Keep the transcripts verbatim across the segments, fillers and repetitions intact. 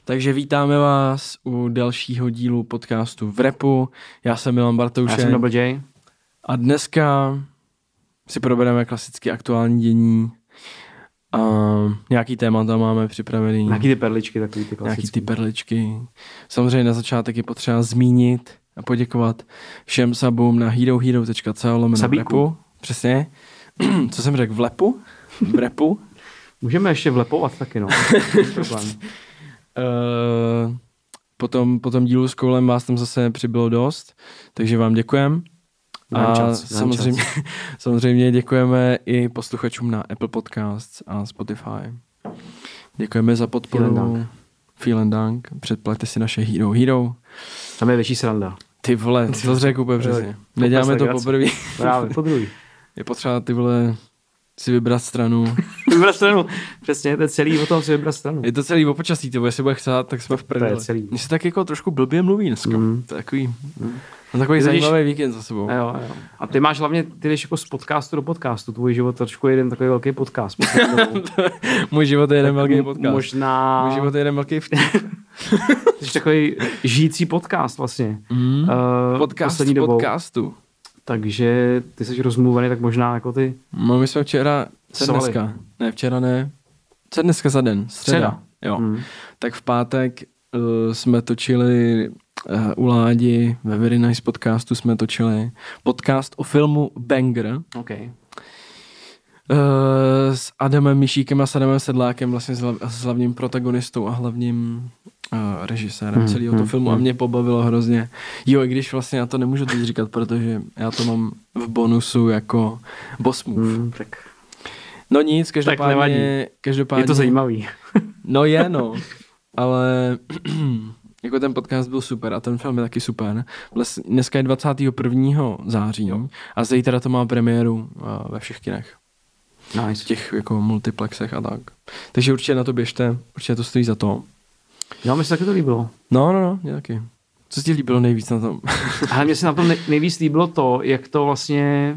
Takže vítáme vás u dalšího dílu podcastu v rapu. Já jsem Milan Bartoušek. Já jsem Double J. A dneska si probereme klasicky aktuální dění. A nějaký témata máme připravený. Nějaký ty perličky, takový ty klasický. Nějaký ty perličky. Samozřejmě na začátek je potřeba zmínit a poděkovat všem subům na herohero tečka co lomeno v rapu. Přesně. Co jsem řekl? V lepu? V rapu? Můžeme ještě vlepovat taky, no. Uh, potom, po tom dílu s Koulem vás tam zase přibylo dost, takže vám děkujem. A čas, samozřejmě, samozřejmě děkujeme i posluchačům na Apple Podcasts a Spotify. Děkujeme za podporu. Vielen Dank. Vielen Dank. Předplaťte si naše Hero Hero. Tam je větší sranda. Ty vole, to řekl úplně přesně. Neděláme to poprvé. Právě, podruhý. Je potřeba ty vole si vybrat stranu. Vybrat stranu. Přesně, to je celý o tom si vybrat stranu. Je to celý o počasí, to jestli bude chcát, tak jsme v prdeli. To je celý. Mně se tak jako trošku blbě mluví dneska. Mm. To je takový, mm. takový ty zajímavý jdeš, víkend za sebou. Jo, jo. A ty máš hlavně, ty jdeš jako z podcastu do podcastu. Tvůj život trošku jeden takový velký podcast. Můj život je jeden velký podcast. Možná... Můj život je jeden velký vtip. Jsi takový žijící podcast vlastně. Mm. Uh, podcast v podcastu. Takže ty jsi rozmluvený, tak možná jako ty... No my jsme včera, co dneska? Ne, včera ne. Co dneska za den? Středa. Středa. Jo. Mm. Tak v pátek uh, jsme točili uh, u Ládi ve Very Nice podcastu jsme točili podcast o filmu Banger. Okay. Uh, s Adamem Mišíkem a s Adamem Sedlákem, vlastně s, hlav, s hlavním protagonistou a hlavním uh, režisérem hmm, celého toho hmm, filmu hmm. a mě pobavilo hrozně. Jo, i když vlastně já to nemůžu teď říkat, protože já to mám v bonusu jako boss move. Hmm, tak. No nic, každopádně, každopádně... Je to zajímavý. No je, no. Ale jako ten podcast byl super a ten film je taky super. Vlastně dneska je dvacátého prvního září jo. A zítra to má premiéru uh, ve všech kinech. Nice. V těch jako multiplexech a tak. Takže určitě na to běžte, určitě to stojí za to. Jo, mi se taky to líbilo. No, no, no, je taky. Co se ti líbilo nejvíc na tom? Ale mně se na tom nejvíc líbilo to, jak to vlastně,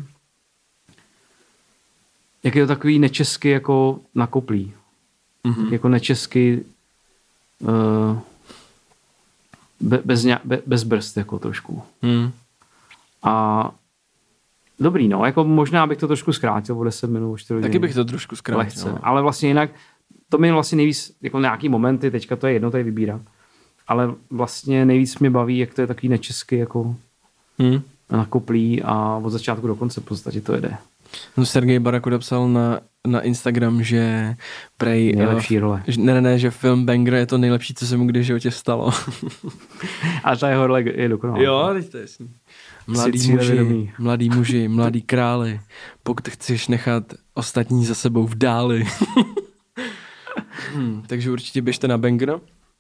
jak je to takový nečesky jako nakoplý. Mm-hmm. Jako nečesky uh, be, bez, ně, be, bez brzd jako trošku. Mm. A dobrý, no, jako možná bych to trošku zkrátil o deset minut. Taky bych to trošku zkrátil. Lehce, no. Ale vlastně jinak, to mi vlastně nejvíc, jako nějaký momenty, teďka to je jedno tady vybírat, ale vlastně nejvíc mě baví, jak to je takový nečesky, jako hmm. nakoplý a od začátku do konce v podstatě to jede. No Sergej Barak napsal na, na Instagram, že prej... Nejlepší uh, role. Ne, ne, ne, že film Banger je to nejlepší, co se mu kdy v životě stalo. A ta jeho role je dokonalá. Jo, teď to je jasný. Mladý muži, mladý muži, mladý králi, pokud chceš nechat ostatní za sebou v dáli. hmm, takže určitě běžte na Banger.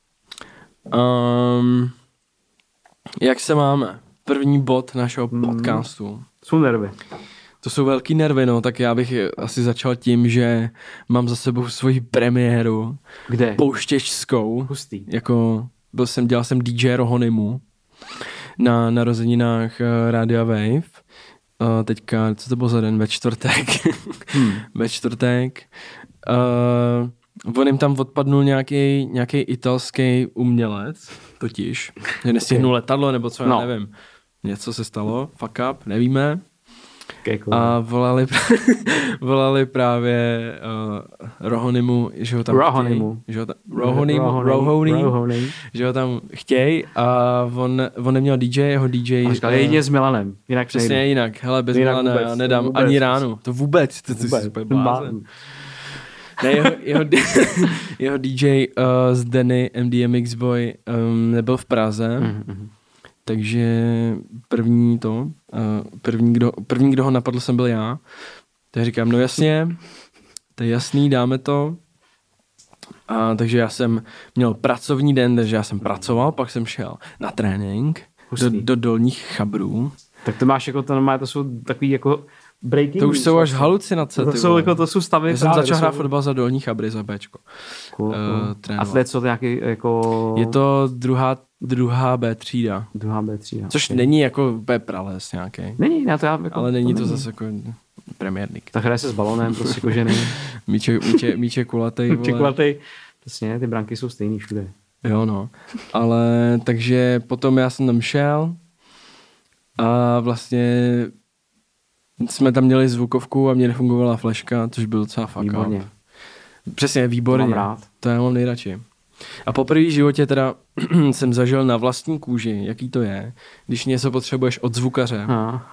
Um, jak se máme? První bod našeho podcastu. Hmm, jsou nervy. To jsou velký nervy, no, tak já bych asi začal tím, že mám za sebou svoji premiéru. Kde? Pouštěčskou. Hustý. Jako, byl jsem, dělal jsem D J Rohonymu na narozeninách uh, Rádia Wave. Uh, teďka, co to bylo za den? Ve čtvrtek. hmm. Ve čtvrtek. Uh, on jim tam odpadnul nějaký, nějaký italský umělec, totiž. Že nestihnul okay. letadlo, nebo co, no. Já nevím. Něco se stalo, fuck up, nevíme. Okay, cool. A volali, volali právě uh, Rohonymu, že ho tam Rohonymu. Že ho tam, Rohonymu, Rohony, že ho tam chtějí a on, on neměl D J, jeho D J... A říkal, je jedině s Milanem, jinak přesně nejde. jinak, hele, bez jinak Milana já nedám vůbec, ani ránu, to vůbec, to jsi super blázen. Ne, jeho, jeho, jeho D J uh, z Denny, M D M X Boy, um, nebyl v Praze, mm-hmm. Takže první to, první kdo, první, kdo ho napadl, jsem byl já. Tak říkám, no jasně, to je jasný, dáme to. A, takže já jsem měl pracovní den, takže já jsem pracoval, pak jsem šel na trénink do, do Dolních Chabrů. Tak to máš jako, to, normálně, to jsou takový jako breaking. To už jsou až halucinace. To jsou, jako, to jsou stavy. Já jsem začal hrát jsou... fotbal za Dolní Chabry, za Bčko. Cool, cool. Uh, A to je co to nějaký jako... Je to druhá, druhá B třída. Druhá B třída. Což okay. Není jako B prales nějaký. Není, já to já jako... Ale není to, to zase jako premiérník. Tak hraje se s balónem, prostě kožený. míče, míče, míče kulatej. Míče kulatej. Přesně, ty branky jsou stejný všude. Jo, no. Ale takže potom já jsem tam šel a vlastně jsme tam měli zvukovku a mě nefungovala flashka, což byl docela fuck Výborně. up. Přesně, výborně. To mám rád. To já mám nejradši. A po první životě teda jsem zažil na vlastní kůži, jaký to je, když něco potřebuješ od zvukaře. A,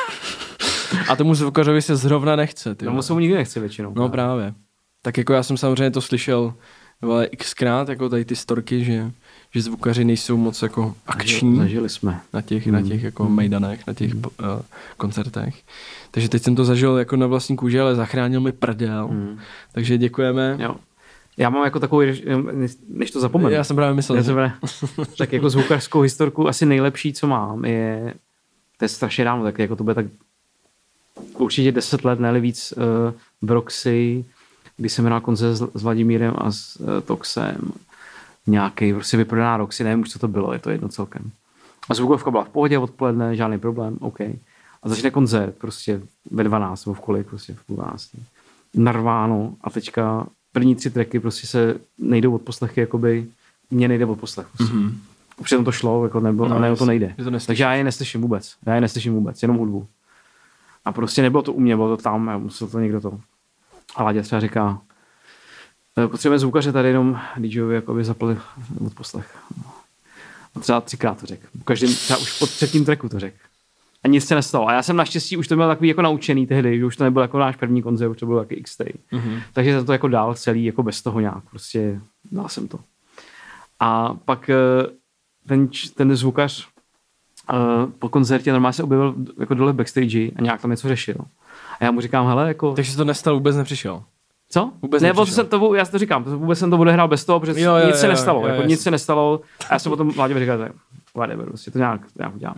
a tomu zvukařovi se zrovna nechce. Ty no se mu nikdy nechce většinou. No právě. Tak jako já jsem samozřejmě to slyšel vole, xkrát, jako tady ty storky, že, že zvukaři nejsou moc jako akční. Zažili jsme. Na těch, hmm. na těch jako hmm. mejdanech, na těch uh, koncertech. Takže teď jsem to zažil jako na vlastní kůži, ale zachránil mi prdel. Hmm. Takže děkujeme. Jo. Já mám jako takový, než to zapomenu. Já jsem právě myslel. Že... tak jako zvukařskou historku asi nejlepší, co mám, je, to je strašně dávno, tak jako to bude tak určitě deset let, ne víc, uh, v Roxy, kdy jsem hrál koncert s, s Vladimírem a s uh, Toxem. Nějaký prostě vyprodaná Roxy, nevím už, co to bylo, je to jedno celkem. A zvukovka byla v pohodě odpoledne, žádný problém, OK. A začne koncert prostě ve dvanáct, nebo v kolik, prostě v půl dvanáctý. Narváno a teďka první tři tracky prostě se nejdou od poslechy, jakoby mě nejde od poslechu. Mm-hmm. Přitom to šlo, jako nebylo, no, ale to nejde. To takže já je neslyším vůbec. Já je neslyším vůbec, jenom hudbu. A prostě nebylo to u mě, bylo to tam, a musel to někdo to. A Láďa třeba říká, potřebujeme zvukaře tady jenom DJovi, jakoby zapli od poslech. A třeba třikrát to řekl. Každým, třeba už po třetím tracku to řekl. A nic se nestalo. A já jsem naštěstí už to byl takový jako naučený tehdy, že už to nebyl jako náš první koncert, už to byl taky X-Day. Mm-hmm. Takže jsem to jako dál celý, jako bez toho nějak. Prostě dal jsem to. A pak ten, ten zvukař po koncertě normálně se objevil jako dole v backstage a nějak tam něco řešil. A já mu říkám, hele, jako... Takže se to nestalo, vůbec nepřišel. Co? Vůbec ne, nepřišel. Jsem to, já si to říkám, vůbec jsem to odehrál bez toho, protože jo, jo, nic jo, se nestalo. Jo, jo, jako jo, nic se nestalo. A já jsem potom Vláďovi říkal, že whatever, prostě to nějak, nějak uděláme.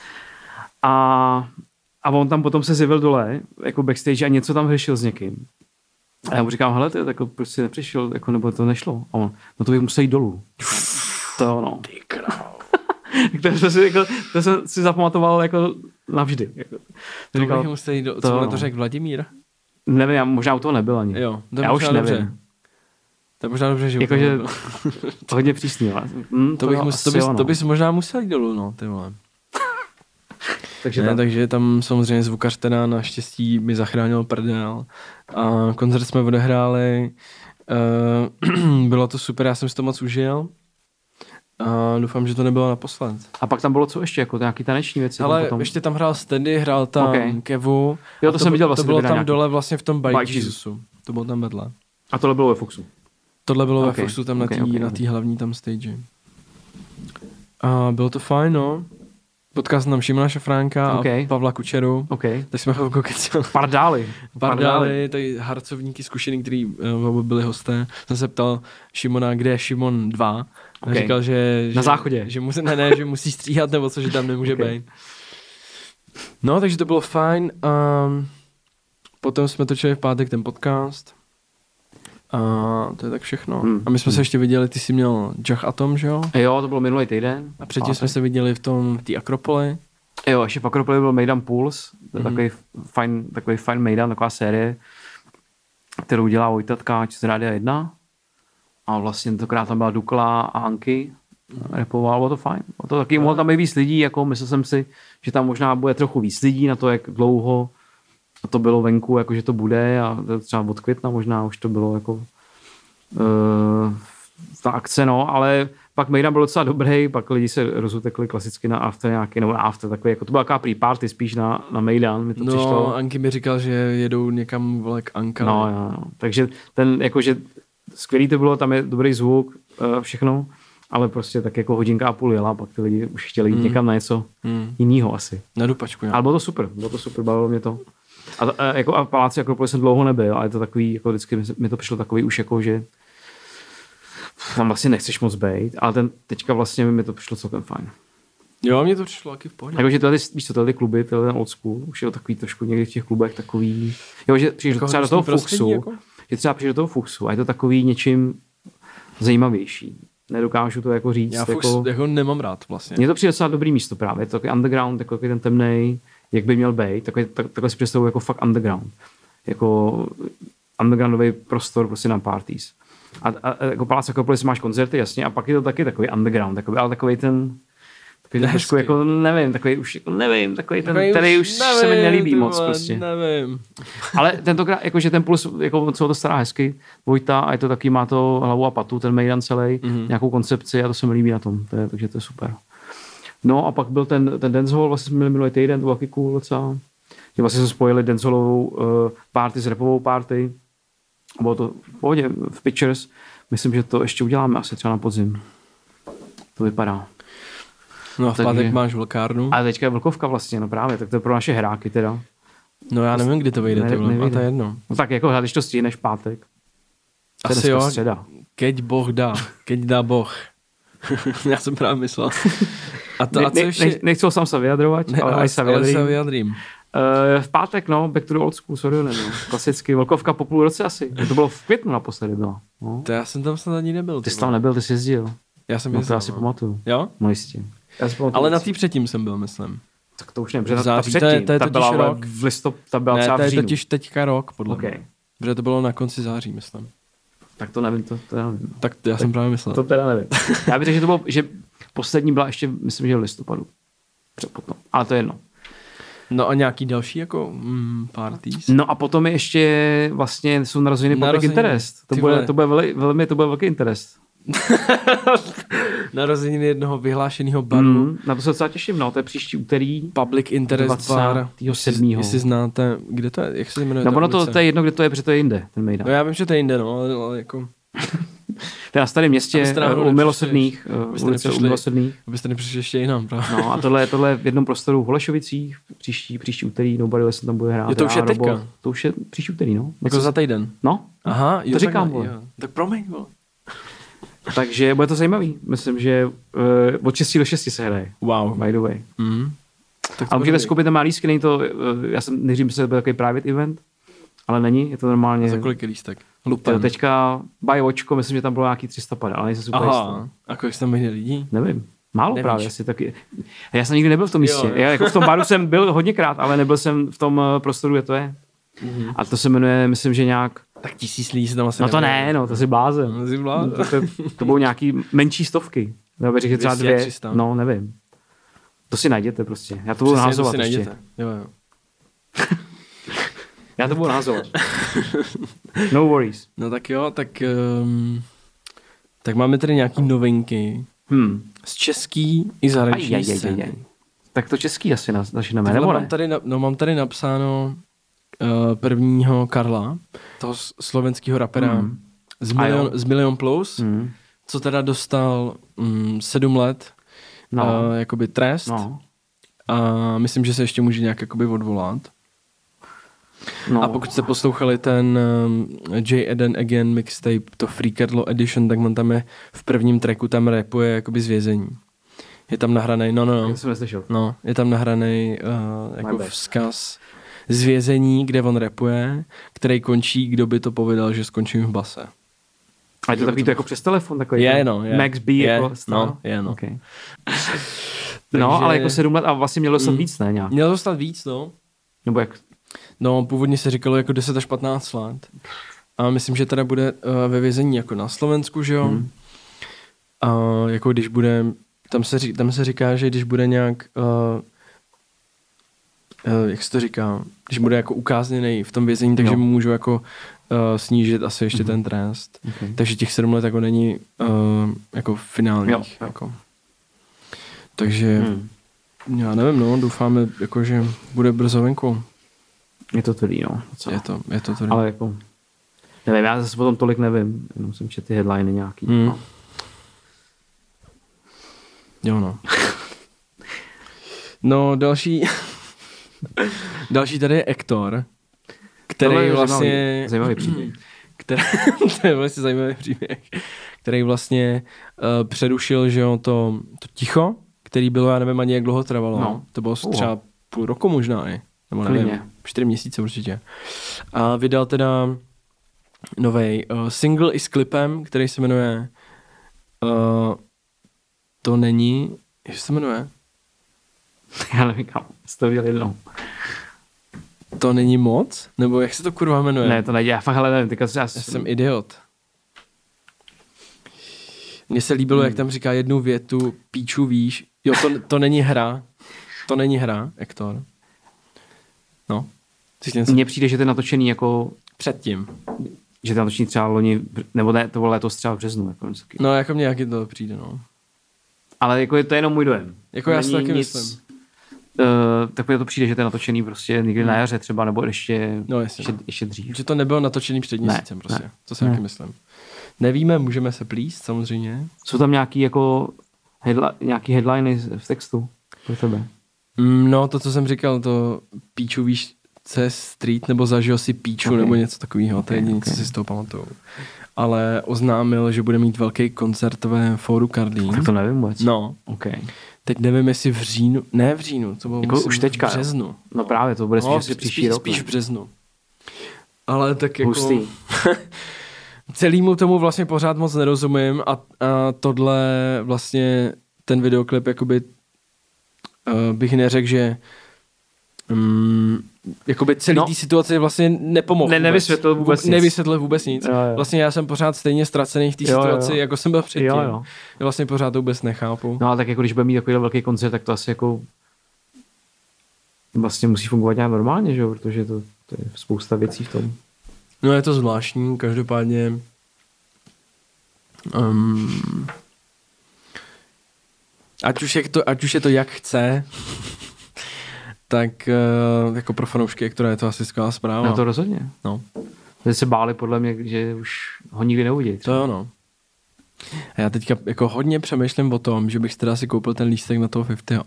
A, a on tam potom se zjevil dole, jako backstage a něco tam řešil s někým. A já mu říkám, hele, ty jako prostě nepřišel, jako, nebo to nešlo. A on, no to bych musel jít dolů. To ono. Ty král. to, si, jako, to jsem si zapamatoval jako navždy. Jako. To říkal, bych musel jít dolů. Co to, to řekl Vladimír? Nevím, já možná u toho nebyl ani. Jo, to já už nevím. Dobře. To je možná dobře, že jako, že hodně přísný. Hm, to, to, bych mus, to, bys, to bys možná musel jít dolů, no, ty vole. takže, ne, tam. takže tam samozřejmě zvukař teda naštěstí mi zachránil prdel. A koncert jsme odehráli. Uh, bylo to super, já jsem si to moc užil. A doufám, že to nebylo naposled. A pak tam bylo co ještě, jako nějaký taneční věci? Ale potom... ještě tam hrál Steady, hrál tam okay. Kevu. Jo, to, to jsem viděl vlastně. To bylo tam nějaký... dole vlastně v tom Bike Jesusu. To bylo tam vedle. A tohle bylo ve Fuxu? Tohle bylo okay. ve Fuxu, tam okay, na té okay, na okay. hlavní tam stage. A bylo to fajn, no. Potkal jsem tam Šimona Šafránka okay. a Pavla Kučeru. Okay. Tak jsme chvilku kecali. Pardály. Pardály, tady harcovníky zkušený, který uh, byli hosté. Jsem se ptal Šimona, kde je Šimon dva. Okay. Říkal, že, na že, záchodě. Že, musí, ne, ne, že musí stříhat nebo co, že tam nemůže okay. být. No, takže to bylo fajn. Um, potom jsme točili v pátek ten podcast. A to je tak všechno. Hmm. A my jsme hmm. se ještě viděli, ty jsi měl Jach Atom, že jo? Jo, to bylo minulý týden. A předtím jsme se viděli v tom, v té Akropoli. Jo, ještě v Akropoli byl Mejdan Pulse. To je hmm. takový fajn, takový fajn Mejdan, taková série, kterou dělá Vojta Tkáč z Rádia jedna. A vlastně tentokrát tam byla Dukla a Anky. Repoval, bylo to fajn. Bylo to taky, mohlo tam být víc lidí, jako myslel jsem si, že tam možná bude trochu víc lidí na to, jak dlouho to bylo venku, jako že to bude a třeba od května možná už to bylo jako uh, ta akce, no, ale pak Mejdan byl docela dobrý, pak lidi se rozutekli klasicky na after nějaký, nebo na after takový, jako to byla taková pre-party spíš na, na Mejdan, mi to no, přišlo. No, Anky mi říkal, že jedou někam vole k Anka. No, jo, no. Takže ten, jakože skvělý to bylo, tam je dobrý zvuk, uh, všechno, ale prostě tak jako hodinka a půl jela, pak ty lidi už chtěli jít mm. někam na něco mm. jinýho asi. Na dupačku, jo. Ale bylo to super, bylo to super, bavilo mě to. A, a, jako, a Paláci Akropolis jsem dlouho nebyl, ale je to takový, jako vždycky mi to přišlo takový už jako, že tam vlastně nechceš moc být, ale ten, teďka vlastně mi to přišlo celkem fajn. Jo, mě to přišlo taky v pohodě. Jakože tyhle, víš co, tyhle kluby, tyhle ten old school, už je to takový trošku někdy v těch klubech takový, jo, že přijdeš jako třeba do toho Fuxu, jako? že třeba přijdeš do toho Fuxu a je to takový něčím zajímavější. Nedokážu to jako říct. Já Fux jako, jako nemám rád vlastně. Mně to přijde docela dobrý místo právě, je to takový underground, takový ten temnej, jak by měl být, takový, tak, takhle si představuji jako fakt underground. Jako undergroundový prostor prostě na parties. A, a jako Palác Akropolis máš koncerty, jasně, a pak je to taky takový underground, takový, ale takový ten, takový ten trošku, jako nevím, takový už, jako nevím, takový ten, takový který už nevím, se mi nelíbí moc vole, prostě. Nevím. Ale tentokrát, jakože ten Puls, jako co to stará hezky, Vojta, a je to taky, má to hlavu a patu, ten Mejdan celý, mm-hmm. nějakou koncepci a to se mi líbí na tom, to je, takže to je super. No a pak byl ten, ten dancehall, vlastně jsme měli minulý týden, to byl taky cool docela. Že vlastně jsme spojili dancehallovou uh, party s rapovou party. Bylo to v pohodě, v Pictures. Myslím, že to ještě uděláme asi třeba na podzim. To vypadá. No a v pátek máš vlkárnu. A teďka je vlkovka vlastně, no právě, tak to je pro naše hráky teda. No já nevím, kdy to vyjde, ne, to a to je jedno. No tak jako, když to stihneš v pátek. Asi jo, středa. Keď Boh dá, keď dá Boh. Já jsem právě myslel. A to, ne, a co ještě... ne, nechci sám se vyjadrovat, ne, ale, ale se vyjadrím. se vyjadrím. Uh, v pátek, no, Back to the Old School, sorry, ne, no. Klasicky, Vlkovka po půl roce asi. To bylo v květnu naposledy byla. No. To já jsem tam snad ani nebyl. Ty jsi tam nebyl, ty jsi jezdil. Já jsem no, jezdil. To já si no. pamatuju. Jo? No jistě. Ale na tý předtím jsem byl, myslím. Tak to už nevím, protože ta předtím, to je, to je ta byla rok. v listop, ta byla ne, třeba v říjnu. Ne, to je totiž teďka rok, podle okay. mě. Protože to bylo na konci září, myslím. Tak to nevím, to, to nevím. Tak to já tak jsem právě myslel. To teda nevím. Já bych řekl, že to bylo, že poslední byla ještě, myslím, že v listopadu. Potom. Ale to je jedno. No a nějaký další jako mm, parties? No a potom je ještě vlastně jsou narozeniny Public Interest. To bude, to bude velmi, velmi, to bude velký interest. Narozeniny jednoho vyhlášeného baru. Mm, na to se docela těším, no, to je příští úterý. Public Interest bar. sedmého Jestli znáte, kde to je, jak se jmenuje? No ono to, to je jedno, kde to je, protože to je jinde, ten Mejdan. No já vím, že to je jinde, no, ale, ale jako... To je na starém městě u Milosrdných. Ulice u Milosrdných. Abyste nepřišli ještě jinam, pravda? No a tohle, tohle je v jednom prostoru v Holešovicích, příští, příští úterý, Nobody Listen tam bude hrát. Je to už je teďka? To už je příští úterý, no. Jako za týden? No. Aha, jo, to říkám, jo. Tak promiň, bo. Takže bude to zajímavý. Myslím, že uh, od šesti do šesti se hraje. Wow. By the way. Mm. Tak a můžete skoupit, tam má lístky, není to, uh, já jsem nejdřív myslel, že to bude takový private event, ale není, je to normálně. A za kolik je lístek? Lupem. Teďka buy očko, myslím, že tam bylo nějaký tři sta padá, ale nejsem super jistý. A kolik tam byli lidí? Nevím. Málo Nevíš. Právě asi taky. Já jsem nikdy nebyl v tom místě. Jo, jo. Já jako v tom baru jsem byl hodněkrát, ale nebyl jsem v tom prostoru, kde to je. Mm-hmm. A to se jmenuje, myslím, že nějak... Tak tisíc lidí se tam asi No to ne, no, to si blázen. To si blázen. To, to, to budou nějaký menší stovky. Já bych řekl třeba dvě. No, nevím. To si najděte prostě. Já to budu nahazovat ještě. Jo, jo. Já to budu nahazovat. No worries. No tak jo, tak... Um, tak máme tady nějaký novinky. Hmm. Z český i zahraniční scény. Tak to český asi začneme, nebo ne? Mám tady, no, mám tady napsáno uh, prvního Karla, toho slovenského rapera hmm. z, milion, z Milion Plus, hmm. co teda dostal um, sedm let no. uh, jakoby trest no. a myslím, že se ještě může nějak jakoby odvolat. No. A pokud jste poslouchali ten um, J. Eden Again mixtape, to Freakadlo Edition, tak on tam je v prvním tracku, tam rapuje jakoby z vězení. Je tam nahranej, no, no, no. Jsem neslyšel. No, je tam nahranej uh, jako vzkaz z vězení, kde on rapuje, který končí, kdo by to pověděl, že skončím v base. A je to takový to jako přes telefon, takový je, no, je. Max B je, jako no, je, no. Okay. No, ale jako sedm let a vlastně mělo dostat mm, víc, ne nějak? Mělo dostat víc, no. Nebo jak? No, původně se říkalo jako deset až patnáct let. A myslím, že teda bude uh, ve vězení jako na Slovensku, že jo? Mm. A jako když bude, tam se, ří, tam se říká, že když bude nějak, uh, uh, jak se to říká, když bude jako ukázněnej v tom vězení, takže no. mu můžu jako uh, snížit asi ještě mm. ten trest. Okay. Takže těch sedm let jako není uh, jako finálních. Jo. Jako. Takže mm. já nevím, no, doufáme, jako, že bude brzo venku. Je to tvrdý, no. Co? Je to, je to tvrdý. Ale jako, nevím, já zase potom tolik nevím. Jenom jsem četl ty headliny nějaký. Mm. No. Jo, no. No, další... další tady je Ektor, který je vlastně... Zajímavý, zajímavý příběh. Který, to je vlastně zajímavý příběh. Který vlastně uh, přerušil, že jo, to, to ticho, který bylo, já nevím ani jak dlouho trvalo. No. To bylo uh. třeba půl roku možná i. Nebo nevím, Klidně. čtyři měsíce určitě. A vydal teda novej uh, single i s klipem, který se jmenuje uh, To není, jak se jmenuje? Já nevím, kam jsi to viděl jednou. To není moc? Nebo jak se to kurva jmenuje? Ne, to nejde, já fakt ale nevím. Tyka, já, já jsem idiot. Mně se líbilo, hmm. jak tam říká jednu větu, píču víš, jo, to, to není hra, to není hra, Hector. No. Mně přijde, že to je natočený jako... Předtím. Že to je natočený třeba loni, nebo ne, to bylo letos třeba v březnu. Jako no, jako mě jaký to přijde, no. Ale jako je to jenom můj dojem. Jako já si taky nic, myslím. Uh, takové to přijde, že to je natočený prostě někdy hmm. na jaře třeba, nebo ještě, no, ještě, ještě dřív. Že to nebylo natočený před měsícem, prostě. Ne, to si ne. taky myslím. Nevíme, můžeme se plíst, samozřejmě. Jsou tam nějaký jako headli- nějaký headliny v textu pro tebe? Mm, no, to, co jsem říkal, to píču víš, co je street, nebo zažil si píču, okay. nebo něco takového. To je jediné, okay. co si z toho pamatuju. Ale oznámil, že bude mít velký koncert ve Fóru Karlín. Tak to nevím vůbec. No. Okay. Teď nevím, jestli v říjnu, ne v říjnu, to bylo jako už teďka, v březnu. No právě, to bude spíš no, příští spíš, rok. Spíš v březnu. Ale tak jako... Hustý. Celému tomu vlastně pořád moc nerozumím a, a tohle vlastně ten videoklip jakoby uh, bych neřekl, že um, jakoby celý no. té situaci vlastně nepomohl. Ne, nevysvětlil vůbec nic. Nevysvětlil vůbec nic. Jo, jo. Vlastně já jsem pořád stejně ztracený v té situaci, jo. jako jsem byl předtím. Jo, jo. Já vlastně pořád to vůbec nechápu. No ale tak jako když bude mít takový velký koncert, tak to asi jako vlastně musí fungovat nějak normálně, že jo, protože to, to je spousta věcí v tom. No je to zvláštní, každopádně um, ať, už je to, ať už je to jak chce, tak uh, jako pro fanoušky, která je to asi skvělá zpráva. No to rozhodně. No. Teď se báli podle mě, že už ho nikdy neuvidí. To jo, no. A já teďka jako hodně přemýšlím o tom, že bych si teda si koupil ten lístek na toho padesátého.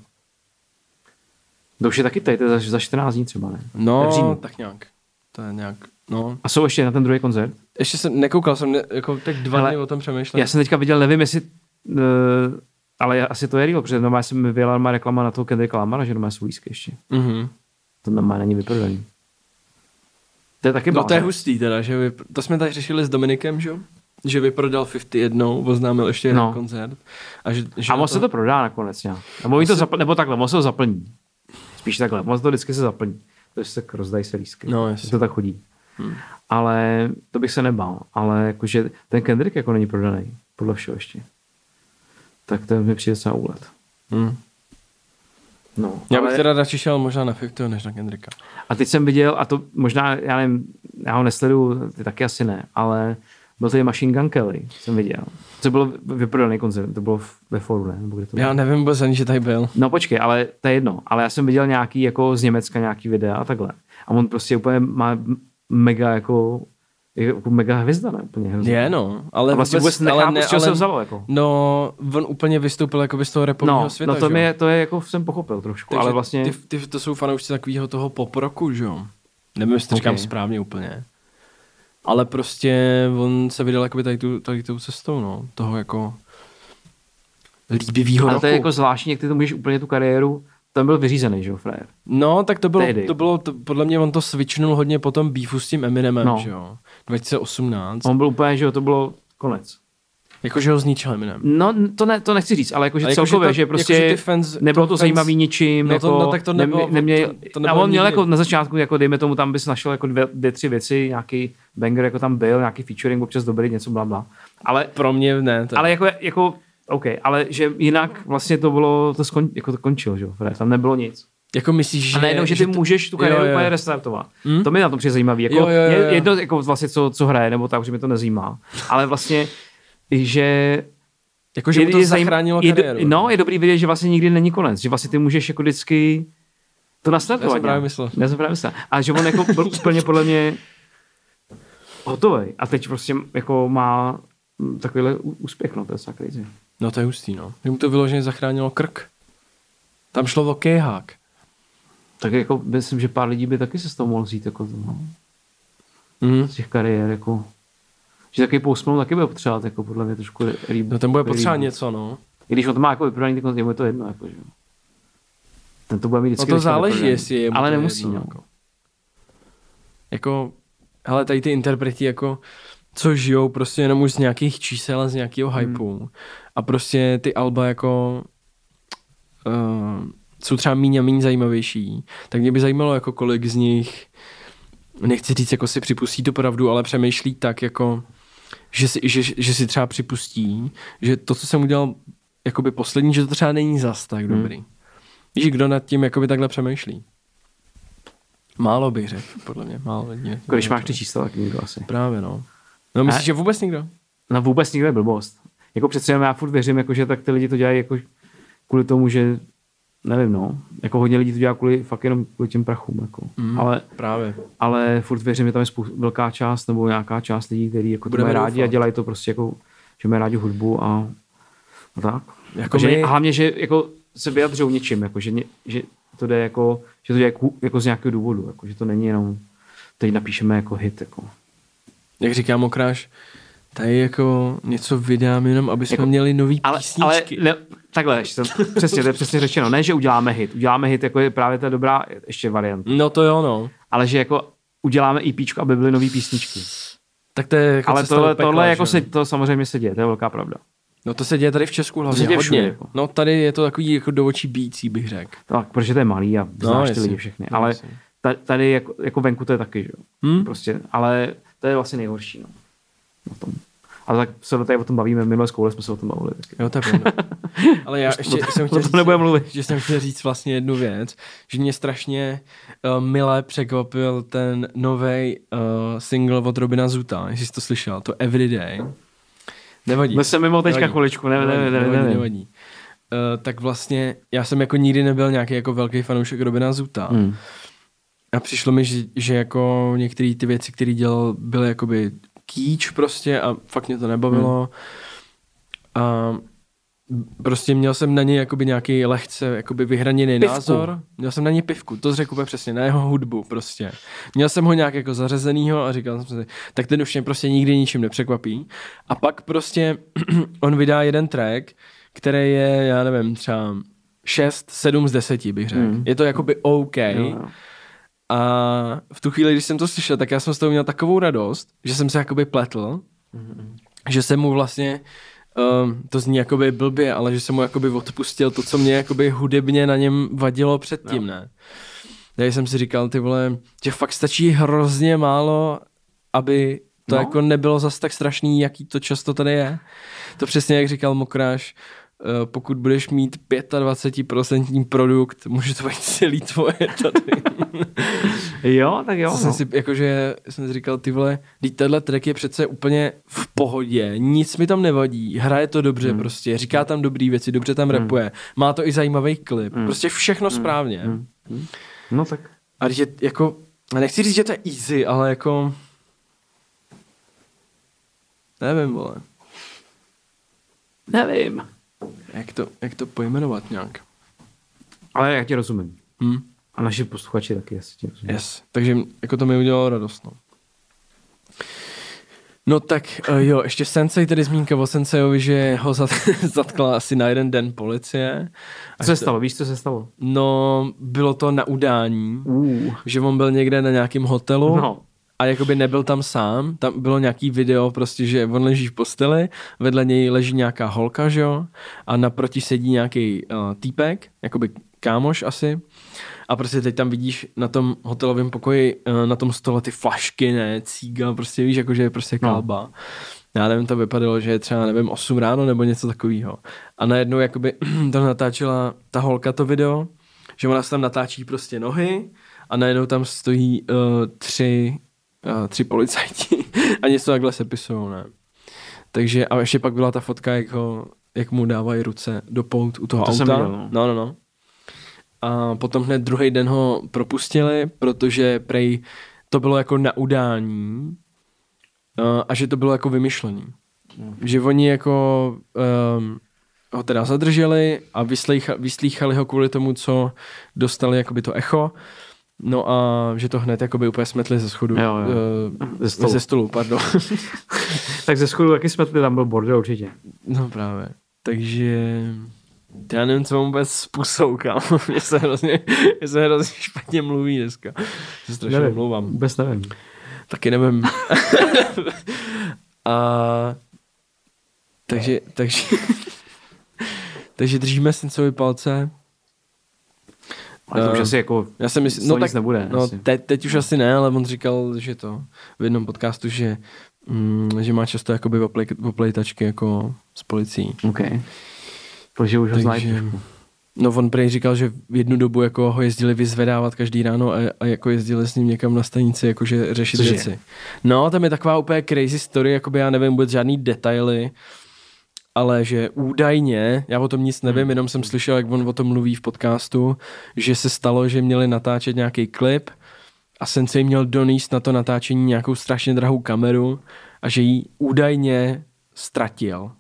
To už je taky tady, to je za, za čtrnáct dní třeba, ne? No, tak nějak. To je nějak, no. A jsou ještě na ten druhý koncert? Ještě jsem, nekoukal jsem, ne, jako teď dva dny o tom přemýšlel. Já jsem teďka viděl, nevím jestli, uh, ale asi to je real, protože normálně jsem vyjela má reklama na toho Kendricka Lamara, že normálně jsou lístky ještě. Mhm. To normálně není vyprodaný. To je taky no to je hustý teda, že vy, to jsme tady řešili s Dominikem, že? Že vyprodal padesát jedna, oznámil ještě jeden no. koncert. A, že, že a moc to... se to prodá nakonec nějak. Nebo, Asi... to zapl... Nebo takhle, moc se to zaplní. Spíš takhle, moc to vždycky se zaplní. To se rozdají se lístky. No, jestli. To tak chodí. Hmm. Ale to bych se nebál. Ale jakože ten Kendrick jako není prodaný. Podle všeho ještě. Tak to mi přijde docela úlet. Hmm. No, já bych ale... teda radši šel možná na padesátého než na Kendricka. A teď jsem viděl, a to možná, já nevím, já ho nesleduju, ty taky asi ne, ale byl tady Machine Gun Kelly, jsem viděl. To bylo vyprodaný koncert, to bylo ve Foru, ne? Nebo kde to bylo? Já nevím vůbec ani, že tady byl. No počkej, ale to je jedno. Ale já jsem viděl nějaký jako z Německa nějaký videa a takhle. A on prostě úplně má mega jako jako mega hvězda, ne? Úplně hrozně. Je, no. Ale vlastně vůbec, vůbec nechápu, ne, z čeho se vzalo, jako. No, on úplně vystoupil jako z toho rapového no, světa, no to, že? mě, to je jako jsem pochopil trošku, takže ale vlastně... Ty, ty, to jsou fanoušci takového toho poproku, že jo? Nevím, jestli to okay. říkám správně úplně. Ale prostě on se vydal jakoby tady, tu, tady tou cestou, no. Toho jako líbivýho ale roku. To je jako zvláštní, jak ty to můžeš úplně tu kariéru, tam byl vyřízený, že jo, frajer. No, tak to bylo, to bylo to, podle mě on to switchnul hodně po tom beefu s tím Eminemem, no. že jo. dva tisíce osmnáct. On byl úplně, že jo, to bylo konec. Jakože ho zničil Eminem. No, to, ne, to nechci říct, ale jakože jako celkově, že, to, že prostě jako, že fans, nebylo to fans, zajímavý ničím, no jako to, no, tak to nebylo, nemě, nemě, to, to nebylo a on měl nikdy. jako na začátku, jako dejme tomu, tam bys našel jako dvě, dvě tři věci, nějaký banger jako tam byl, nějaký featuring, občas dobrý, něco blabla. Ale pro mě ne. To. Ale jako, jako OK, ale že jinak vlastně to bylo, to, skon, jako to končilo, že jo, tam nebylo nic. Jako myslíš, že... A najednou, že ty to... můžeš tu kariéru úplně restartovat. Hmm? To mi na tom přijde zajímavý. Jako, jo, jo, jo, jo. Jedno, jako vlastně, co, co hraje, nebo tak, že mi to nezajímá. Ale vlastně, že... Jako, že mu to zachránilo kariéru. Je, no, je dobrý vidět, že vlastně nikdy není konec. Že vlastně ty můžeš jako vždycky to nastartovat. Já jsem právě myslel. Já jsem právě myslel. A že on jako byl úplně podle mě hotový. A teď prostě jako má takovýhle úspěch, no, to je tak crazy. No to je hustý, no. Mu to vyloženě zachránilo krk. Tam šlo o kéhák. Tak jako myslím, že pár lidí by taky se z toho mohl vzít, jako no. Mm. Z těch kariér, jako že takový Post Malone taky bude potřebovat, jako podle mě trošku rýb. No ten bude potřebovat něco, no. I když on to má jako vyprodaný, tak je mu to jedno, jako, že ten to bude mít vždycky. No to záleží, jestli je mu ale to nemusí, jedno, no. Jako. jako, hele, tady ty interpreti, jako, co žijou prostě jenom už z nějakých čísel, z nějakého hypeu. Hmm. A prostě ty alba, jako, uh, jsou třeba míň a míň zajímavější. Tak mě by zajímalo, jako kolik z nich, nechci říct, jako si připustí tu pravdu, ale přemýšlí tak, jako že si, že, že si třeba připustí, že to, co jsem udělal jakoby poslední, že to třeba není zas tak hmm. dobrý. Víš, kdo nad tím jakoby takhle přemýšlí? Málo bych řekl, podle mě. Málo lidí. Když máš ty čísla, tak nikdo asi. Právě, no. No myslíš, že vůbec nikdo? No vůbec nikdo je blbost. Jako přece já furt věřím, jako, že tak ty lidi to dělají jako kvůli tomu, že nevím, no. Jako hodně lidí to dělá kvůli, fakt jenom kvůli těm prachům. Jako. Mm, ale, právě. Ale furt věřím, že tam je spou- velká část nebo nějaká část lidí, kteří jako to mají rádi a dělají to prostě jako, že mají rádi hudbu a, a tak. Jako my... že, a hlavně, že jako se vyjadřují něčím, jako, že, ně, že to jde jako, že to jde jako, jako z nějakého důvodu, jako, že to není jenom, teď napíšeme jako hit. Jako. Jak říká Mokráš, tady jako něco vydám jenom, aby jsme jako, měli nový ale, písničky. Ale ne, takhle, ještě, přesně, to je přesně řečeno. Ne, že uděláme hit. Uděláme hit, jako je právě ta dobrá ještě varianta. No to jo, no. Ale že jako uděláme EPčko, aby byly nový písničky. Tak to je jako ale tohle, pekla, tohle jako se, to samozřejmě se děje, to je velká pravda. No to se děje tady v Česku hlavně hodně. Všude, jako. No tady je to takový jako do očí bíjící, bych řekl. Tak, protože to je malý a znáš no, ty lidi všechny. No, ale tady jako, jako venku to je taky, že jo. Hmm? Prostě, ale to je vlastně nejhorší, no. Na tom. Ale tak se tady o tom bavíme, minulé škole jsme se o tom bavili taky. Jo, to je pravda. Ale já ještě jsem chtěl říct, mluvit. že jsem chtěl říct vlastně jednu věc, že mě strašně uh, milé překvapil ten novej uh, single od Robina Zuta, jestli jsi to slyšel, to Everyday. Nevadí. My jsme mimo teďka chviličku, ne, nevadí, nevadí, nevadí, nevadí. nevadí. Uh, tak vlastně já jsem jako nikdy nebyl nějaký jako velký fanoušek Robina Zuta. Hmm. A přišlo mi, že, že jako některé ty věci, které dělal, byly jakoby kýč prostě a fakt mě to nebavilo. Hmm. A prostě měl jsem na něj jakoby nějaký lehce jakoby vyhraněný pivku. názor. Měl jsem na něj pivku, to řekl úplně přesně, na jeho hudbu prostě. Měl jsem ho nějak jako zařazenýho a říkal jsem si, tak ten už mě prostě nikdy ničím nepřekvapí. A pak prostě on vydá jeden track, který je, já nevím, třeba šest, sedm z deseti bych řekl. Hmm. Je to jakoby OK. Jo. A v tu chvíli, když jsem to slyšel, tak já jsem z toho měl takovou radost, že jsem se jakoby pletl, mm-hmm. že jsem mu vlastně, um, to zní jakoby blbě, ale že jsem mu jakoby odpustil to, co mě jakoby hudebně na něm vadilo předtím, no. ne? Takže jsem si říkal, ty vole, že fakt stačí hrozně málo, aby to no. jako nebylo zas tak strašný, jaký to často tady je. To přesně, jak říkal Mokráš, pokud budeš mít dvacet pět procent produkt, může to být celý tvoje tady. Jo, tak jo. Jsem no. si, jakože jsem si říkal, ty vole, tenhle track je přece úplně v pohodě, nic mi tam nevadí, hraje to dobře hmm. prostě, říká tam dobrý věci, dobře tam hmm. rapuje, má to i zajímavý klip, hmm. prostě všechno hmm. správně. Hmm. No tak. A je jako, nechci říct, že to je easy, ale jako, nevím, vole. Nevím. Jak to, jak to pojmenovat nějak? Ale já ti rozumím. Hmm? A naši posluchači taky, jestli ti rozumím. Yes. Takže jako to mi udělalo radost. No, no tak uh, jo, ještě Sensei, tedy zmínka o Senseiovi, že ho zat, zatkla asi na jeden den policie. Co se stalo? Víš, co se stalo? No, bylo to na udání, uh. že on byl někde na nějakém hotelu. No. A jakoby nebyl tam sám, tam bylo nějaký video prostě, že on leží v posteli, vedle něj leží nějaká holka, že jo, a naproti sedí nějaký uh, týpek, jakoby kámoš asi, a prostě teď tam vidíš na tom hotelovém pokoji, uh, na tom stole ty flašky, ne, cíga, prostě víš, jakože je prostě kalba. No. Já nevím, to vypadalo, že je třeba, nevím, osm ráno nebo něco takového. A najednou jakoby tam natáčela ta holka to video, že ona se tam natáčí prostě nohy a najednou tam stojí uh, tři Uh, tři policajti a něco takhle se pisujou, ne. Takže a ještě pak byla ta fotka, jak, ho, jak mu dávají ruce do pout u toho to auta. Viděl, no. no, no, no. A potom hned druhý den ho propustili, protože prej to bylo jako na udání uh, a že to bylo jako vymyšlený. Mm. Že oni jako um, ho teda zadrželi a vyslýcha, vyslýchali ho kvůli tomu, co dostali jakoby to echo. No a že to hned jakoby úplně smetli ze schodu. Jo, jo. Uh, ze, stolu. ze stolu. Pardon. Tak ze schodu taky smetli, tam byl bordel určitě. No právě. Takže já nevím, co mám vůbec způsob, kámo. Mně se hrozně, mě se hrozně špatně mluví dneska. Se strašně nevím, mluvám. Vůbec nevím. Taky nevím. A takže, takže, takže držíme Senseiovi palce. Ale to už asi jako já jsem mysl, no nic tak, nebude. No te, teď už asi ne, ale on říkal, že to v jednom podcastu, že mm, že má často jakoby oplejtačky jako s policií. OK. Takže už ho znají. No on prej říkal, že v jednu dobu jako ho jezdili vyzvedávat každý ráno a, a jako jezdili s ním někam na stanici, jakože řešit Cože? věci. No, tam je taková úplně crazy story, jakoby já nevím vůbec žádný detaily, ale že údajně, já o tom nic nevím, hmm. jenom jsem slyšel, jak on o tom mluví v podcastu, že se stalo, že měli natáčet nějaký klip a Sensei měl donést na to natáčení nějakou strašně drahou kameru a že ji údajně ztratil.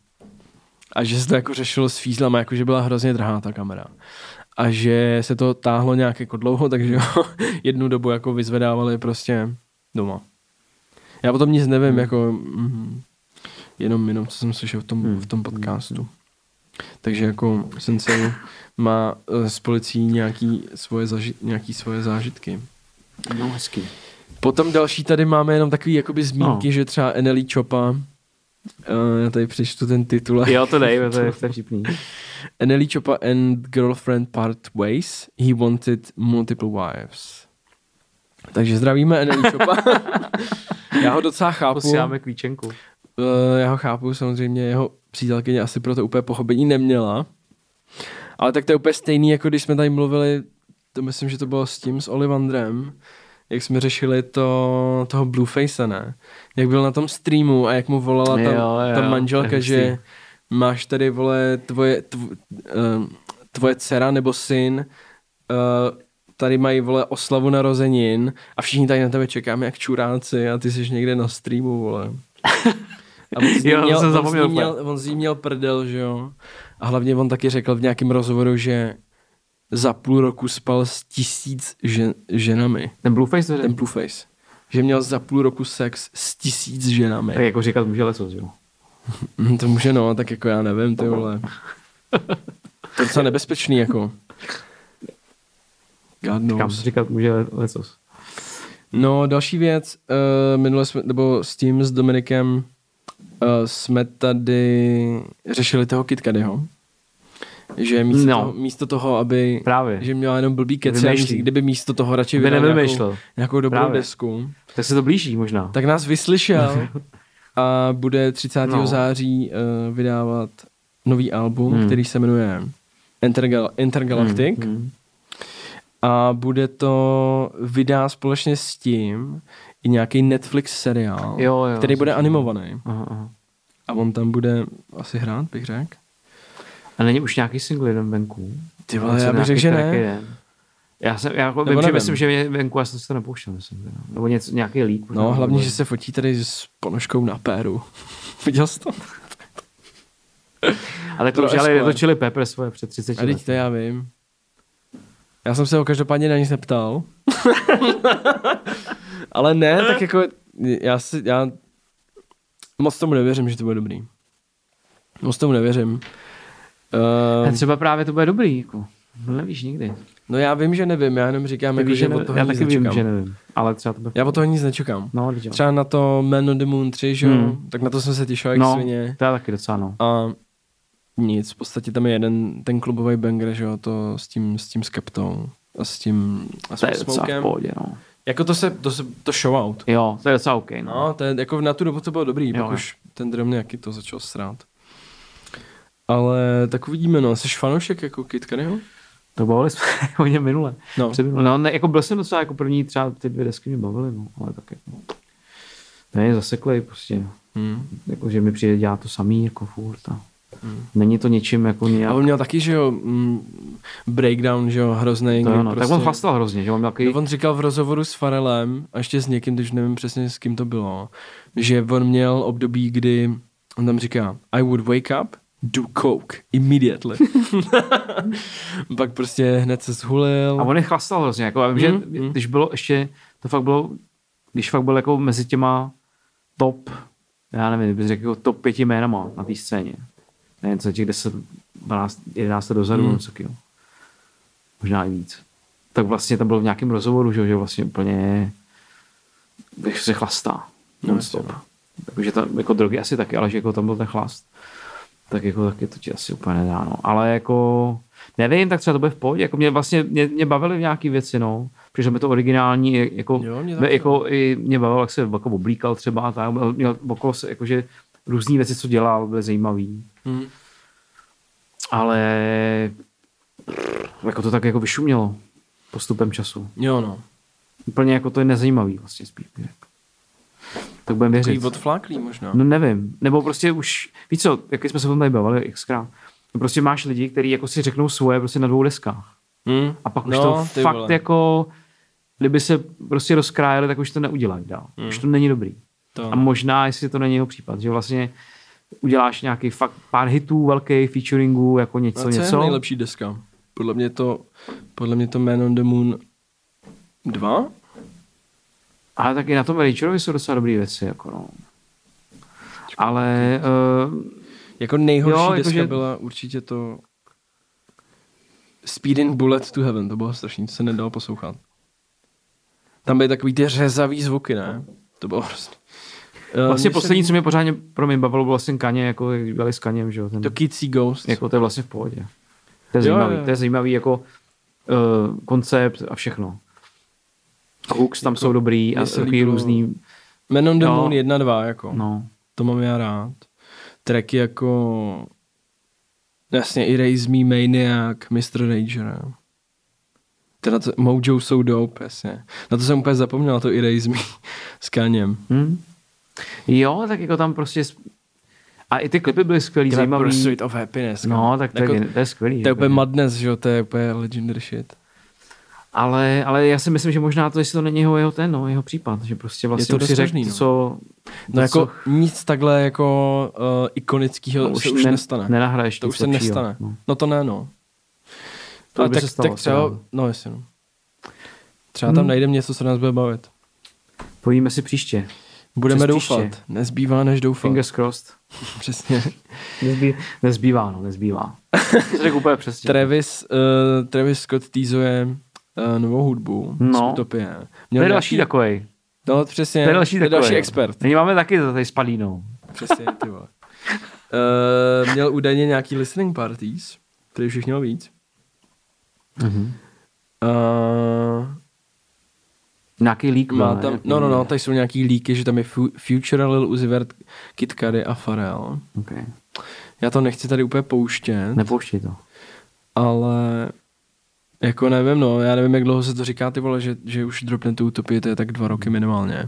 A že se to jako řešilo s fízlama, jako že byla hrozně drahá ta kamera. A že se to táhlo nějak jako dlouho, takže ho jednu dobu jako vyzvedávali prostě doma. Já o tom nic nevím, hmm. jako mm, jenom, jenom co jsem slyšel v tom, hmm. v tom podcastu. Takže jako Sensei má uh, s policií nějaký svoje, zaži- nějaký svoje zážitky. No hezky. Potom další tady máme jenom takový jakoby zmínky, no. že třeba N L E Choppa. Uh, já tady přečtu ten titul. Jo, to dej, to je vtipný. N L E Choppa and girlfriend part ways. He wanted multiple wives. Takže zdravíme N L E Choppa. Já ho docela chápu. Posíláme kvíčenku. Uh, já ho chápu, samozřejmě jeho přítelkyně asi pro to úplně pochopení neměla. Ale tak to je úplně stejný, jako když jsme tady mluvili, to myslím, že to bylo s tím, s Olivandrem, jak jsme řešili to, toho Blueface, ne? Jak byl na tom streamu a jak mu volala ta, jo, jo, ta manželka, že máš tady, vole, tvoje, tvo, uh, tvoje dcera nebo syn, uh, tady mají, vole, oslavu narozenin a všichni tady na tebe čekáme jak čuráci a ty jsi někde na streamu, vole. A on z ní jo, měl, on z ní měl, on z ní měl prdel, že jo? A hlavně on taky řekl v nějakém rozhovoru, že za půl roku spal s tisíc žen, ženami. Ten Blueface? Ten Blueface. Že měl za půl roku sex s tisíc ženami. Tak jako říkat může lecos, jo? To může, no, tak jako já nevím, ty vole. To je docela nebezpečný, jako. God knows. Říkám, říkat může lecos. No, další věc, uh, minule jsme, nebo s tím, s Dominikem, uh, jsme tady řešili toho Kid Cudiho. Že místo, no. toho, místo toho, aby Právě. že měla jenom blbý keci, kdyby místo toho radši vydal nějakou, nějakou dobrou Právě. desku. Tak se to blíží možná. Tak nás vyslyšel a bude třicátého září uh, vydávat nový album, hmm. který se jmenuje Intergal- Intergalactic. Hmm. Hmm. A bude to vydá společně s tím i nějaký Netflix seriál, jo, jo, který bude animovaný. Aha, aha. A on tam bude asi hrát, bych řekl. A není už nějaký single jeden venku? Ty vole, já bych řekl, že ne. Jeden. Já, jsem, já jako vím, že myslím, že je venku, já jsem se to nepouštěl. Myslím, nebo něco, nějaký lík. No, hlavně, nebo... že se fotí tady s ponožkou na péru. Viděl jsi to? Ale to už ale točili Pepper svoje před třiceti lety. A teď to já vím. Já jsem se ho každopádně na nic neptal. Ale ne, tak jako já si, já moc tomu nevěřím, že to bude dobrý. Moc tomu nevěřím. Uh, třeba právě to bude dobrý, jako. No nevíš nikdy. No já vím, že nevím, já jenom říkám, jako, že od toho já nic taky nečekám. Vím, že nevím, ale třeba to bude... Já od toho nic nečekám. No, třeba na to Man on the Moon tři, že jo, hmm. tak na to jsem se těšil jak no, svině. to je taky docela, no. A nic, v podstatě tam je jeden, ten klubový banger, že jo, to s tím, s tím Skeptou a s tím a s to je docela v pohodě, no. Jako to se, to se, to show out. Jo, to je docela OK, no. No, to je, jako na tu dobu to bylo dobrý, pak už ten drum nějaký to začal srát. Ale tak uvidíme, no. Jsi fanoušek jako Kid Cudiho? To bavili jsme o něm minule. No. no ne, jako byl jsem docela jako první, třeba ty dvě desky mě bavily, no. Ale tak jako... Ne, zaseklej prostě. Hmm. Jako, že mi přijde dělat to samý, jako furt. A... Hmm. Není to něčím jako nějak... A on měl taky, že jo, breakdown, že jo, hroznej. To jo, no. Prostě... Tak on chlastal hrozně, že on měl jaký... On říkal v rozhovoru s Pharrellem, a ještě s někým, když nevím přesně s kým to bylo, že on měl období, kdy on tam říká I would wake up, do coke immediately. Pak prostě hned se zhulil. A on je chlastal hrozně, jako, já vím, mm, že mm. když bylo ještě, to fakt bylo, když fakt byl jako mezi těma top, já nevím, bych řekl top pěti jménama na té scéně. Nevím, co těch deset, dvanáct, jedenáct dozadu, mm. co kýho. Možná i víc. Tak vlastně tam bylo v nějakém rozhovoru, že, že vlastně úplně se chlastá. Non-stop. No, takže tam jako drogy asi taky, ale že jako tam byl ten chlast. tak jako taky to ti asi úplně nedá, no. Ale jako, nevím, tak třeba to bude v pohodě. Jako mě vlastně, mě, mě bavily nějaký věci, no. Přišlo mi to originální, jako, jo, mě, mě, jako i mě bavilo, jak se jako oblíkal třeba a tak, měl okolo se, jakože různý věci, co dělal, byly zajímavý. Hmm. Ale jako to tak jako vyšumělo postupem času. Jo, no. Úplně jako to je nezajímavý vlastně spíš. Tak budeme věřit. Takový odfláklý možná. No nevím. Nebo prostě už, víš co, jak jsme se o tom tady bavili xkrát. No prostě máš lidi, kteří jako si řeknou svoje prostě na dvou deskách. Hmm. A pak už no, to fakt vole. Jako, kdyby se prostě rozkrájeli, tak už to neudělají dál. Hmm. Už to není dobrý. To. A možná, jestli to není jeho případ, že vlastně uděláš nějaký fakt pár hitů, velký featuringů, jako něco, a co něco. je nejlepší deska? Podle mě to, podle mě to Man on the Moon dva? Ale taky na tom Ragerovi jsou docela dobrý věci, jako no. Ale... Uh, jako nejhorší jo, deska jako, že... byla určitě to Speeding Bullet to Heaven, to bylo strašný, to se nedalo poslouchat. Tam byly takový ty řezavý zvuky, ne? To bylo prostě... Uh, vlastně poslední, co mě pořádně pro mě bavilo, bylo vlastně Kaně, jako jak dělali s Kaněm, že jo. To Kids See Ghosts. Jako to je vlastně v pohodě. To je zajímavý, jo, jo. To je zajímavý jako uh, koncept a všechno. A hooks tam jako, jsou dobrý a takový různý... Man on the no, Moon jedna dva, jako. No. To mám já rád. Tracky jako... Jasně, Erase Me, Maniac, mister Rager. Teda to, Mojo jsou dope, jasně. Na to jsem úplně zapomněl, to Erase Me s Kaněm. Hmm. Jo, tak jako tam prostě... A i ty klipy byly skvělý, zajímavý. Pursuit of Happiness. No, tak to, jako, je, to je skvělý. To je úplně madness, že jo, to je úplně legendary shit. Ale, ale já si myslím, že možná to, jestli to není jeho, jeho ten, no, jeho případ, že prostě vlastně to si řekl, no. co... No jako co... nic takhle jako uh, ikonického no, se už ne, nestane. Nenahraješ. To už se nestane. No. no to ne, no. To by tak, se stalo. Tak třeba, no jestli no. Třeba tam hmm. najdeme něco, co nás bude bavit. Povíme si příště. Budeme Přes doufat. Příště. Nezbývá než doufat. Fingers crossed. Přesně. Nezbý, nezbývá, no, nezbývá. To řekl úplně přesně. Travis, uh, Travis Scott teasuje uh, novou hudbu no. z Utopie. Měl to je další takovej. No přesně, to je další, to je další expert. My máme taky to tady s Palínou. Přesně, ty vole. Uh, měl údajně nějaký listening parties, který už jich měl víc. Mhm. Uh, nějaký lík má, tam, nějaký no, no, no, tady jsou nějaký líky, že tam je Future, Lil Uzi Vert, Kid Cudi a Pharrell. Okay. Já to nechci tady úplně pouštět. Nepouštěj to. Ale jako nevím, no, já nevím, jak dlouho se to říká, ty vole, že, že už dropne tu Utopii, to je tak dva roky minimálně.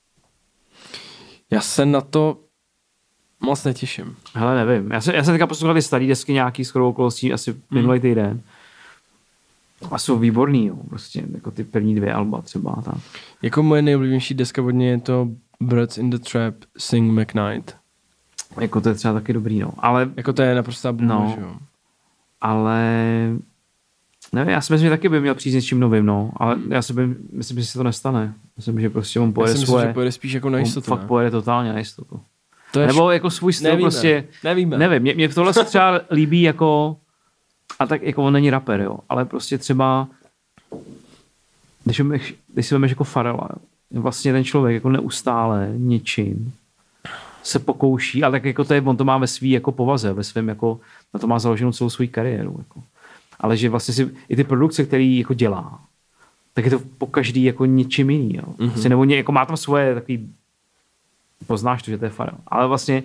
Já se na to moc netěším. Hele, nevím. Já, se, já jsem teďka poslouchal ty starý desky nějaký shodou okolností asi hmm. minulý týden. A jsou výborný, jo, prostě, jako ty první dvě alba třeba. Tak. Jako moje nejoblíbenější deska od něj je to Birds in the Trap, Sing McKnight. Jako to je třeba taky dobrý, no. Ale, jako to je naprosto bomba, no, že jo. Ale nevím, já si myslím, že taky by měl přijít s něčím novým, no. Ale já si by, myslím, že se to nestane. Myslím, že prostě on pojede já si svoje. Myslím, že pojede spíš jako na jistotu, fakt ne? pojede totálně na jistotu. To je Nebo jako svůj styl nevíme, prostě. Nevíme. Nevím, mě, mě tohle se třeba líbí jako a tak jako on není rapper, jo. Ale prostě třeba když, když si vemeš jako Pharrella, vlastně ten člověk jako neustále něčím se pokouší, ale tak jako to je, on to má ve svý jako povaze, ve svém jako, na to má založenou celou svou kariéru, jako. Ale že vlastně si, i ty produkce, který jako dělá, tak je to po každý jako něčím jiný, jo. Mm-hmm. Vlastně, nebo ně, jako má tam svoje takový, poznáš to, že to je Pharrell, ale vlastně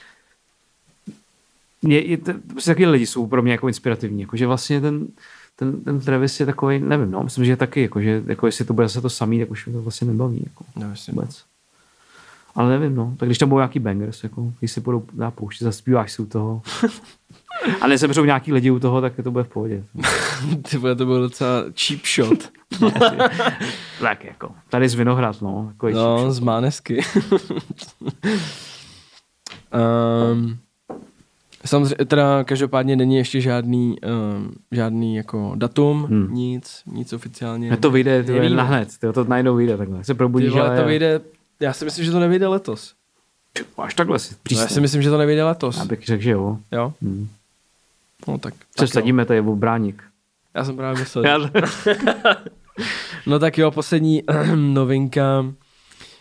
je, je to, prostě taky lidi jsou pro mě jako inspirativní, jako, že vlastně ten Ten, ten Travis je takový, nevím, no, myslím, že je taky, jako, že jako jestli to bude zase to samý, tak už mi to vlastně nebaví, jako, no, vůbec. Ale nevím, no, tak když tam budou nějaký bangers, jako, když si budou dá pouštět, zaspíváš si u toho a nezemřou nějaký lidi u toho, tak to bude v pohodě. Ty bude, to byl docela cheap shot. Tak jako, tady z Vinohrad, no. Jako no, z Mánesky. um, Samozřejmě, teda každopádně není ještě žádný, um, žádný jako datum, hmm. nic, nic oficiálně. A to vyjde, to vyjde nahned, to, to najednou vyjde takhle. Se probudíš, Ty, ale to vyjde, já si myslím, že to nevyjde letos. Až takhle si no, já si myslím, že to nevyjde letos. Já bych řekl, že jo. Jo? Hmm. No tak. Přesadíme, to je obráník. Já jsem právě myslel. No tak jo, poslední novinka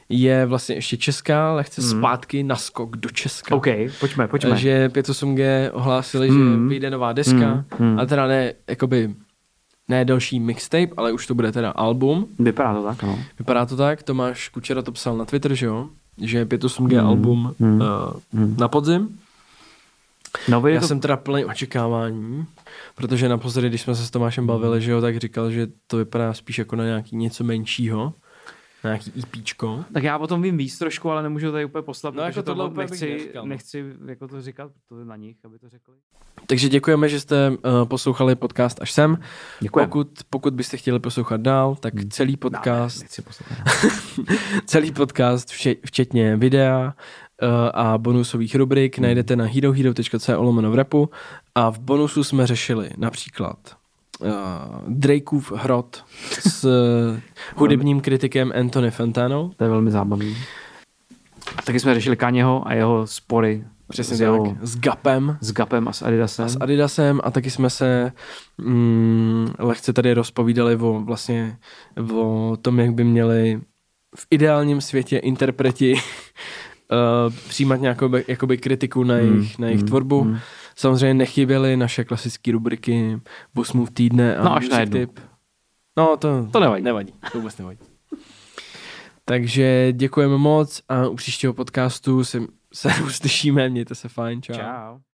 je vlastně ještě česká, lehce mm. zpátky na skok do Česka. OK, pojďme, pojďme. Že pět osm G ohlásili, mm. že vyjde nová deska, mm. a teda ne, jakoby, ne další mixtape, ale už to bude teda album. Vypadá to tak, no. Vypadá to tak, Tomáš Kučera to psal na Twitter, že jo? Že pět osm G mm. album mm. Uh, mm. na podzim. No, Já to... jsem teda plný očekávání, protože naposledy, když jsme se s Tomášem bavili, že jo, tak říkal, že to vypadá spíš jako na nějaký něco menšího, na nějaký EPčko. Tak já o tom vím víc trošku, ale nemůžu tady úplně poslat, no, protože jako to nechci, nechci jako to říkat, to je na nich, aby to řekli. Takže děkujeme, že jste uh, poslouchali podcast až sem. Děkujeme. Pokud, pokud byste chtěli poslouchat dál, tak hmm. celý podcast, no, nechci poslouchat. celý podcast, včetně videa, a bonusových rubrik najdete na herohero.co lomeno v rapu a v bonusu jsme řešili například uh, Drakeův hrot s uh, hudebním kritikem Anthony Fantano. To je velmi zábavný. Taky jsme řešili Kanyeho a jeho spory. Přesně s, jeho, s Gapem. S Gapem a s Adidasem. A s Adidasem a taky jsme se mm, lehce tady rozpovídali o, vlastně, o tom, jak by měli v ideálním světě interpreti Uh, přijímat nějakou jakoby kritiku na jejich, mm, na jejich mm, tvorbu. Mm. Samozřejmě nechyběly naše klasické rubriky Boss Move týdne a no, až music tip. No to, to nevadí. nevadí. To vůbec nevadí. Takže děkujeme moc a u příštího podcastu se, se uslyšíme. Mějte se fajn. Čau. Čau.